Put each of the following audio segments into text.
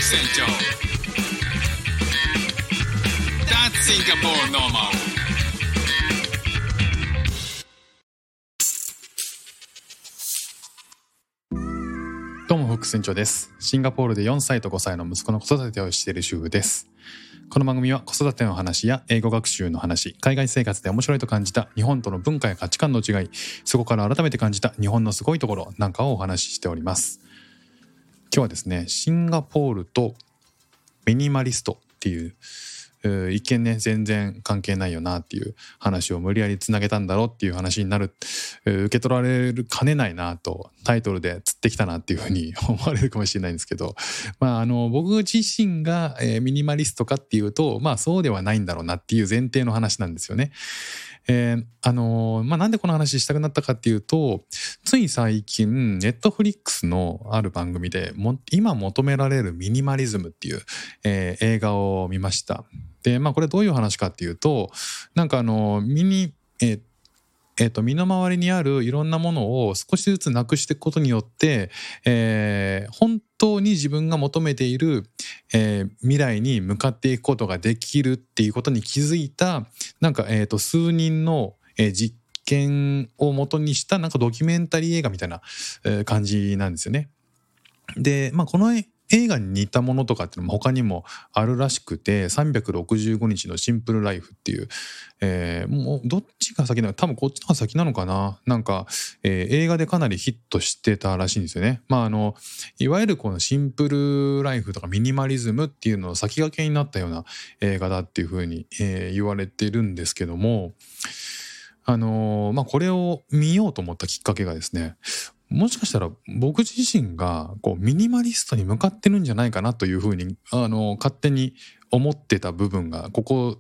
船長 That's Singapore normal。 どうも副船長です。シンガポールで4歳と5歳の息子の子育てをしている主婦です。この番組は子育ての話や英語学習の話、海外生活で面白いと感じた日本との文化や価値観の違い、そこから改めて感じた日本のすごいところなんかをお話ししております。今日はですね、シンガポールとミニマリストっていう一見ね全然関係ないよなっていう話を無理やりつなげたんだろうっていう話になる、受け取られるかねないなとタイトルで釣ってきたなっていうふうに思われるかもしれないんですけど、僕自身が、ミニマリストかっていうとそうではないんだろうなっていう前提の話なんですよね。なんでこの話したくなったかっていうと、つい最近ネットフリックスのある番組で今求められるミニマリズムっていう、映画を見ました。でこれどういう話かっていうと、身の回りにあるいろんなものを少しずつなくしていくことによって、本当に自分が求めている、未来に向かっていくことができるっていうことに気づいた数人の、実験を元にしたドキュメンタリー映画みたいな、感じなんですよね。でこの映画に似たものとかっていうのも他にもあるらしくて、365日のシンプルライフっていう、もうどっちが先なの、多分こっちの方が先なのかな。映画でかなりヒットしてたらしいんですよね。いわゆるこのシンプルライフとかミニマリズムっていうのを先駆けになったような映画だっていうふうに、言われてるんですけども、これを見ようと思ったきっかけがですね、もしかしたら僕自身がミニマリストに向かってるんじゃないかなというふうに勝手に思ってた部分がここ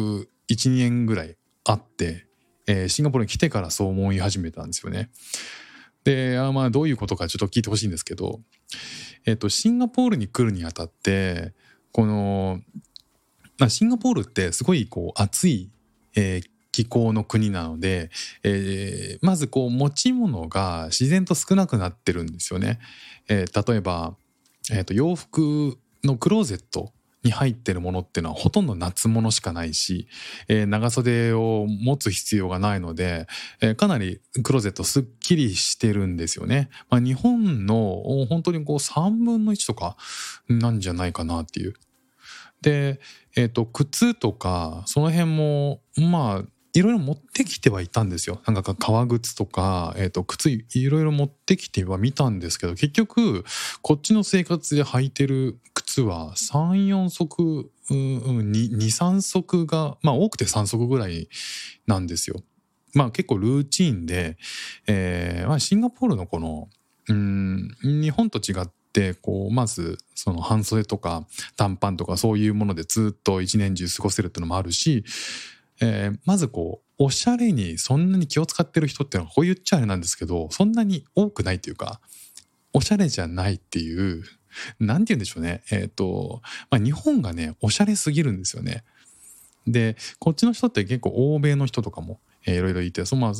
1,2 年ぐらいあって、シンガポールに来てからそう思い始めたんですよね。でどういうことかちょっと聞いてほしいんですけど、シンガポールに来るにあたってシンガポールってすごい暑い、気候の国なので、まず持ち物が自然と少なくなってるんですよね。例えば、洋服のクローゼットに入ってるものっていうのはほとんど夏物しかないし、長袖を持つ必要がないので、かなりクローゼットすっきりしてるんですよね。日本の本当に3分の1とかなんじゃないかなっていう。で、靴とかその辺もいろいろ持ってきてはいたんですよ。革靴とか、靴いろいろ持ってきてはみたんですけど、結局こっちの生活で履いてる靴は3、4足、2、3足が多くて3足ぐらいなんですよ。結構ルーチンで、シンガポールのこの日本と違ってまずその半袖とか短パンとかそういうものでずっと一年中過ごせるっていうのもあるし、まずおしゃれにそんなに気を使ってる人っていうのは言っちゃあれなんですけど、そんなに多くないというか、おしゃれじゃないっていう、なんて言うんでしょうね。日本がねおしゃれすぎるんですよね。でこっちの人って結構欧米の人とかも、いろいろいて、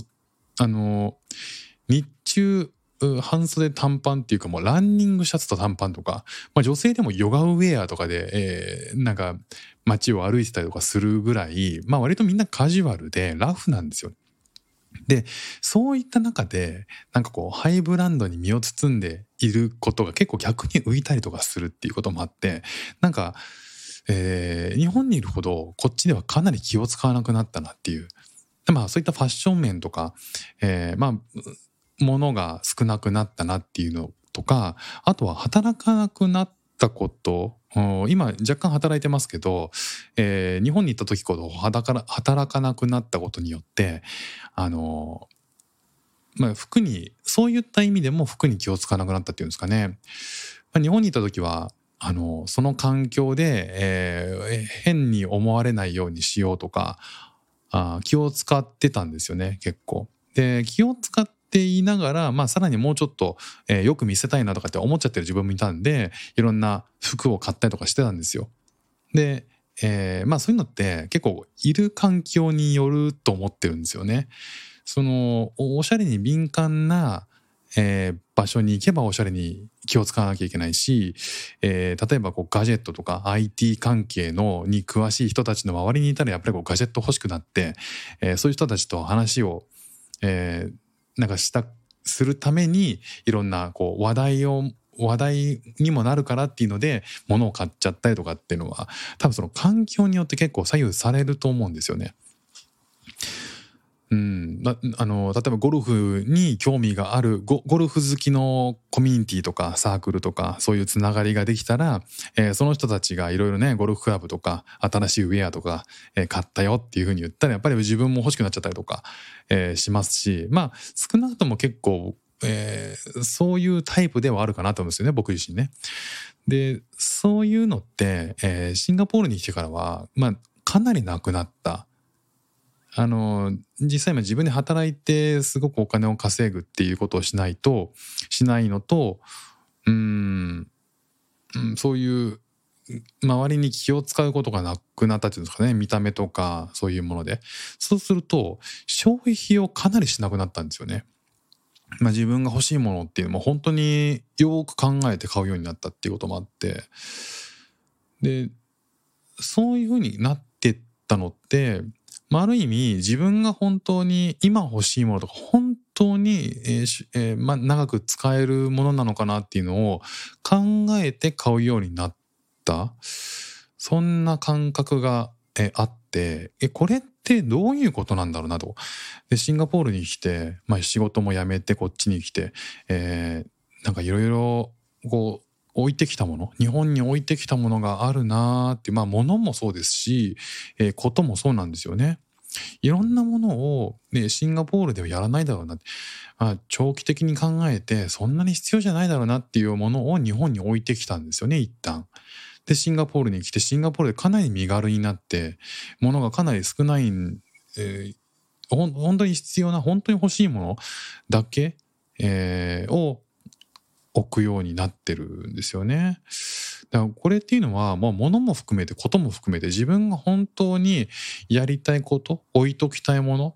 日中半袖短パンっていうか、もうランニングシャツと短パンとか、女性でもヨガウェアとかで、街を歩いてたりとかするぐらい、割とみんなカジュアルでラフなんですよ。でそういった中でハイブランドに身を包んでいることが結構逆に浮いたりとかするっていうこともあって、日本にいるほどこっちではかなり気を使わなくなったなっていう。そういったファッション面とか、物が少なくなったなっていうのとか、あとは働かなくなったこと、今若干働いてますけど、日本に行った時ほど働かなくなったことによって、服にそういった意味でも服に気を使わなくなったっていうんですかね。日本に行った時はその環境で、変に思われないようにしようとか気を使ってたんですよね、結構。で気を使って言いながら、さらにもうちょっと、よく見せたいなとかって思っちゃってる自分もいたんで、いろんな服を買ったりとかしてたんですよ。で、そういうのって結構いる環境によると思ってるんですよね。おしゃれに敏感な、 場所に行けばおしゃれに気を使わなきゃいけないし、例えばこうガジェットとか IT 関係に詳しい人たちの周りにいたらやっぱりこうガジェット欲しくなって、そういう人たちと話を、なんかするためにいろんなこう話題にもなるからっていうので物を買っちゃったりとかっていうのは多分その環境によって結構左右されると思うんですよね。例えばゴルフに興味があるゴルフ好きのコミュニティとかサークルとかそういうつながりができたら、その人たちがいろいろねゴルフクラブとか新しいウェアとか、買ったよっていうふうに言ったらやっぱり自分も欲しくなっちゃったりとか、しますし、まあ少なくとも結構、そういうタイプではあるかなと思うんですよね、僕自身ね。でそういうのって、シンガポールに来てからは、まあ、かなりなくなった。実際今自分で働いてすごくお金を稼ぐっていうことをしないのと、そういう周りに気を使うことがなくなったっていうんですかね、見た目とかそういうもので。そうすると消費をかなりしなくなったんですよね。まあ自分が欲しいものっていうのも本当によく考えて買うようになったっていうこともあって、でそういうふうになってったのって、まあ、ある意味自分が本当に今欲しいものとか本当に、まあ、長く使えるものなのかなっていうのを考えて買うようになった、そんな感覚が、あって、これってどういうことなんだろうなと。でシンガポールに来て、まあ、仕事も辞めてこっちに来て、なんかいろいろこう置いてきたもの、日本に置いてきたものがあるなーって、まあ物もそうですし、こともそうなんですよね。いろんなものを、ね、シンガポールではやらないだろうなって、まあ、長期的に考えてそんなに必要じゃないだろうなっていうものを日本に置いてきたんですよね、一旦。でシンガポールに来てシンガポールでかなり身軽になって物がかなり少ない、本当に必要な本当に欲しいものだけ、を置くようになってるんですよね。だからこれっていうのはもう物も含めてことも含めて自分が本当にやりたいこと置いときたいもの、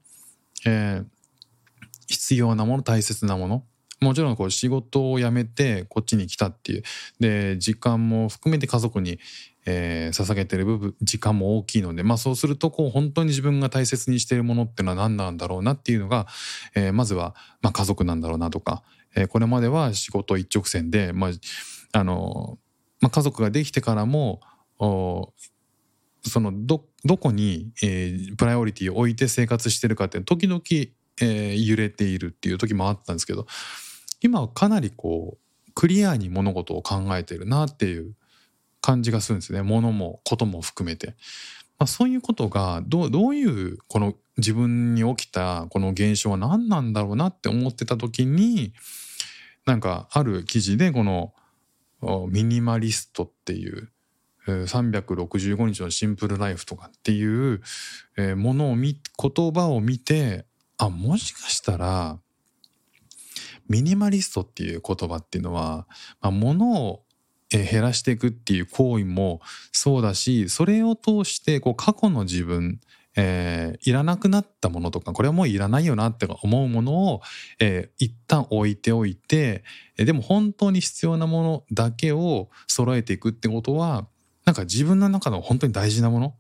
必要なもの大切なもの、もちろんこう仕事を辞めてこっちに来たっていうで時間も含めて家族に、捧げてる時間も大きいので、まあ、そうするとこう本当に自分が大切にしているものっていうのは何なんだろうなっていうのが、まずは、まあ、家族なんだろうなとか、これまでは仕事一直線で、まあまあ、家族ができてからもそのどこに、プライオリティを置いて生活してるかって時々、揺れているっていう時もあったんですけど、今はかなりこうクリアに物事を考えてるなっていう感じがするんですね。物もことも含めて、まあ、そういうことがどういうこの自分に起きたこの現象は何なんだろうなって思ってた時に、なんかある記事でこのミニマリストっていう365日のシンプルライフとかっていうものを言葉を見て、もしかしたらミニマリストっていう言葉っていうのは、まあ、物を減らしていくっていう行為もそうだし、それを通してこう過去の自分、いらなくなったものとかこれはもういらないよなって思うものを、一旦置いておいて、でも本当に必要なものだけを揃えていくってことはなんか自分の中の本当に大事なもの、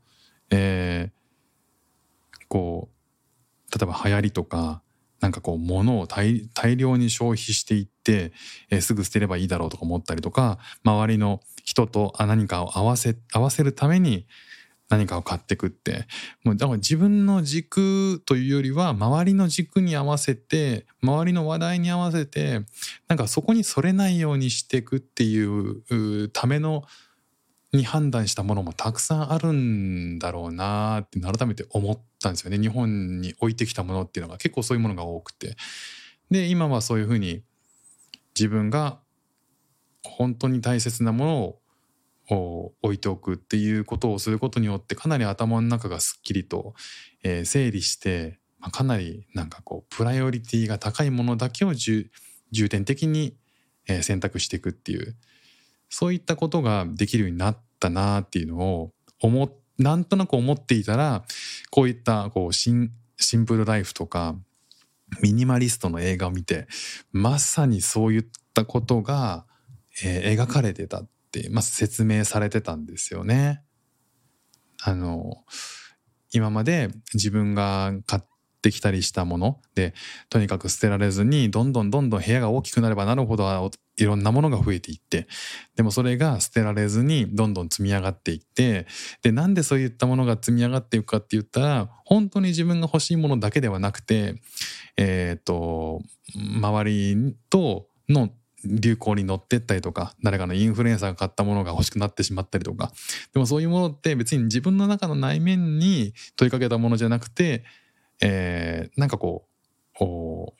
こう例えば流行りとかなんかこう物を大量に消費していって、すぐ捨てればいいだろうとか思ったりとか、周りの人と何かを合わせるために何かを買ってくって、もうだから自分の軸というよりは周りの軸に合わせて周りの話題に合わせてなんかそこにそれないようにしていくっていうためのに判断したものもたくさんあるんだろうなって改めて思ったんですよね。日本に置いてきたものっていうのが結構そういうものが多くて、で今はそういうふうに自分が本当に大切なものを置いておくっていうことをすることによってかなり頭の中がすっきりと、整理して、かなりなんかこうプライオリティが高いものだけを重点的に、選択していくっていうそういったことができるようになったなっていうのをなんとなく思っていたら、こういったこうシンプルライフとかミニマリストの映画を見て、まさにそういったことが、描かれてたって、説明されてたんですよね。今まで自分が買ってきたりしたもので、とにかく捨てられずにどんどん部屋が大きくなればなるほどいろんなものが増えていって、でもそれが捨てられずにどんどん積み上がっていって、でなんでそういったものが積み上がっていくかって言ったら、本当に自分が欲しいものだけではなくて、周りとの流行に乗ってったりとか、誰かのインフルエンサーが買ったものが欲しくなってしまったりとか、でもそういうものって別に自分の中の内面に問いかけたものじゃなくて、なんかこう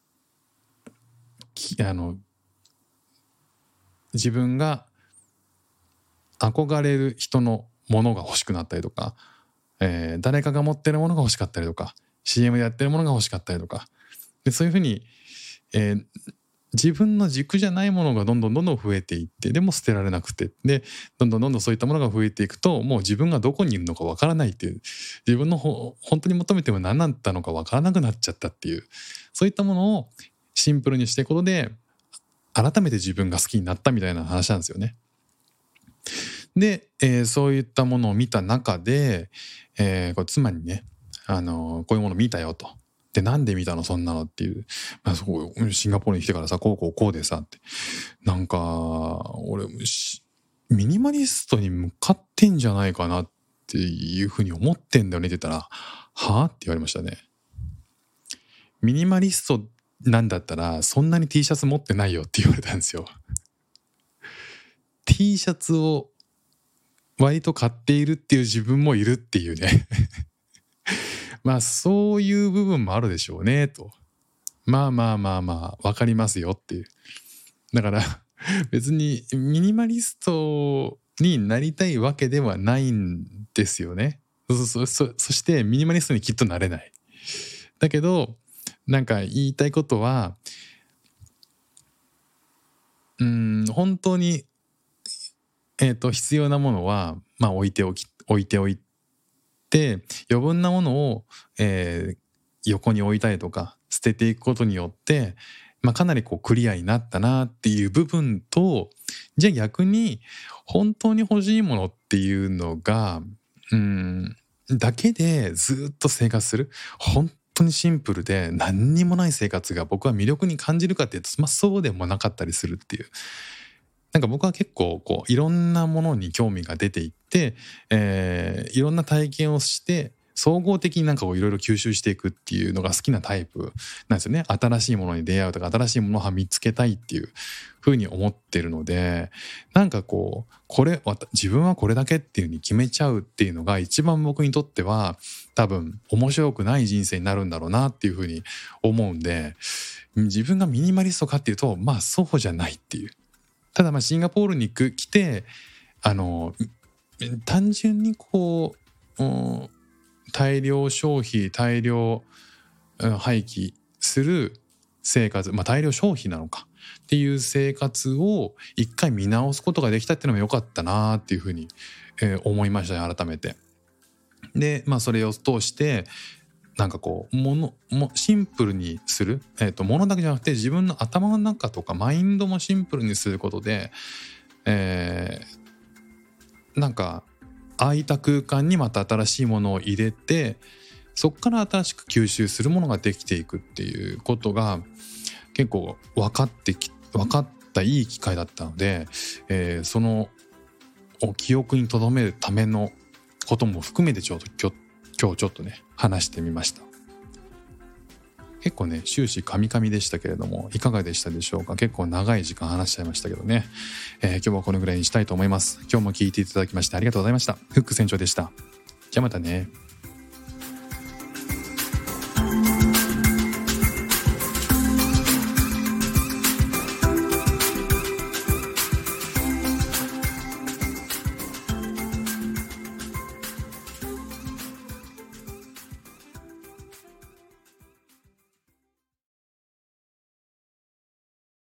自分が憧れる人のものが欲しくなったりとか、誰かが持ってるものが欲しかったりとか、 CM でやってるものが欲しかったりとかで、そういうふうに、自分の軸じゃないものがどんどん増えていって、でも捨てられなくて、でどんどんそういったものが増えていくと、もう自分がどこにいるのかわからないっていう、自分の本当に求めても何だったのかわからなくなっちゃったっていう、そういったものをシンプルにしていくことで改めて自分が好きになったみたいな話なんですよね。で、そういったものを見た中で、これ妻にね、こういうもの見たよと。で、なんで見たのそんなのっていう。そうシンガポールに来てからさ、こうでさって。なんか、俺、ミニマリストに向かってんじゃないかなっていうふうに思ってんだよねって言ったら、はぁって言われましたね。ミニマリストなんだったら、そんなに T シャツ持ってないよって言われたんですよ。T シャツを割と買っているっていう自分もいるっていうね。そういう部分もあるでしょうねと。わかりますよっていう。だから別にミニマリストになりたいわけではないんですよね。そしてミニマリストにきっとなれない。だけどなんか言いたいことは、本当に必要なものは置いておいて、余分なものを、横に置いたりとか捨てていくことによって、かなりクリアになったなっていう部分と、じゃあ逆に本当に欲しいものっていうのがだけでずっと生活する、本当にシンプルで何にもない生活が僕は魅力に感じるかっていうと、そうでもなかったりするっていう。なんか僕は結構いろんなものに興味が出ていって、いろんな体験をして総合的になんかいろいろ吸収していくっていうのが好きなタイプなんですよね。新しいものに出会うとか、新しいものを見つけたいっていうふうに思ってるので、なんか自分はこれだけっていう風に決めちゃうっていうのが一番僕にとっては多分面白くない人生になるんだろうなっていうふうに思うんで、自分がミニマリストかっていうとそうじゃないっていう。ただシンガポールに来て単純に大量消費、大量廃棄する生活、大量消費なのかっていう生活を一回見直すことができたっていうのも良かったなっていうふうに思いましたね、改めて。でそれを通してなんかシンプルにする、物だけじゃなくて自分の頭の中とかマインドもシンプルにすることで、なんか空いた空間にまた新しいものを入れて、そこから新しく吸収するものができていくっていうことが結構分かったいい機会だったので、その記憶に留めるためのことも含めて今日ちょっとね話してみました。結構ね終始カミカミでしたけれども、いかがでしたでしょうか。結構長い時間話しちゃいましたけどね、今日はこのぐらいにしたいと思います。今日も聞いていただきましてありがとうございました。フック船長でした。じゃあまたね。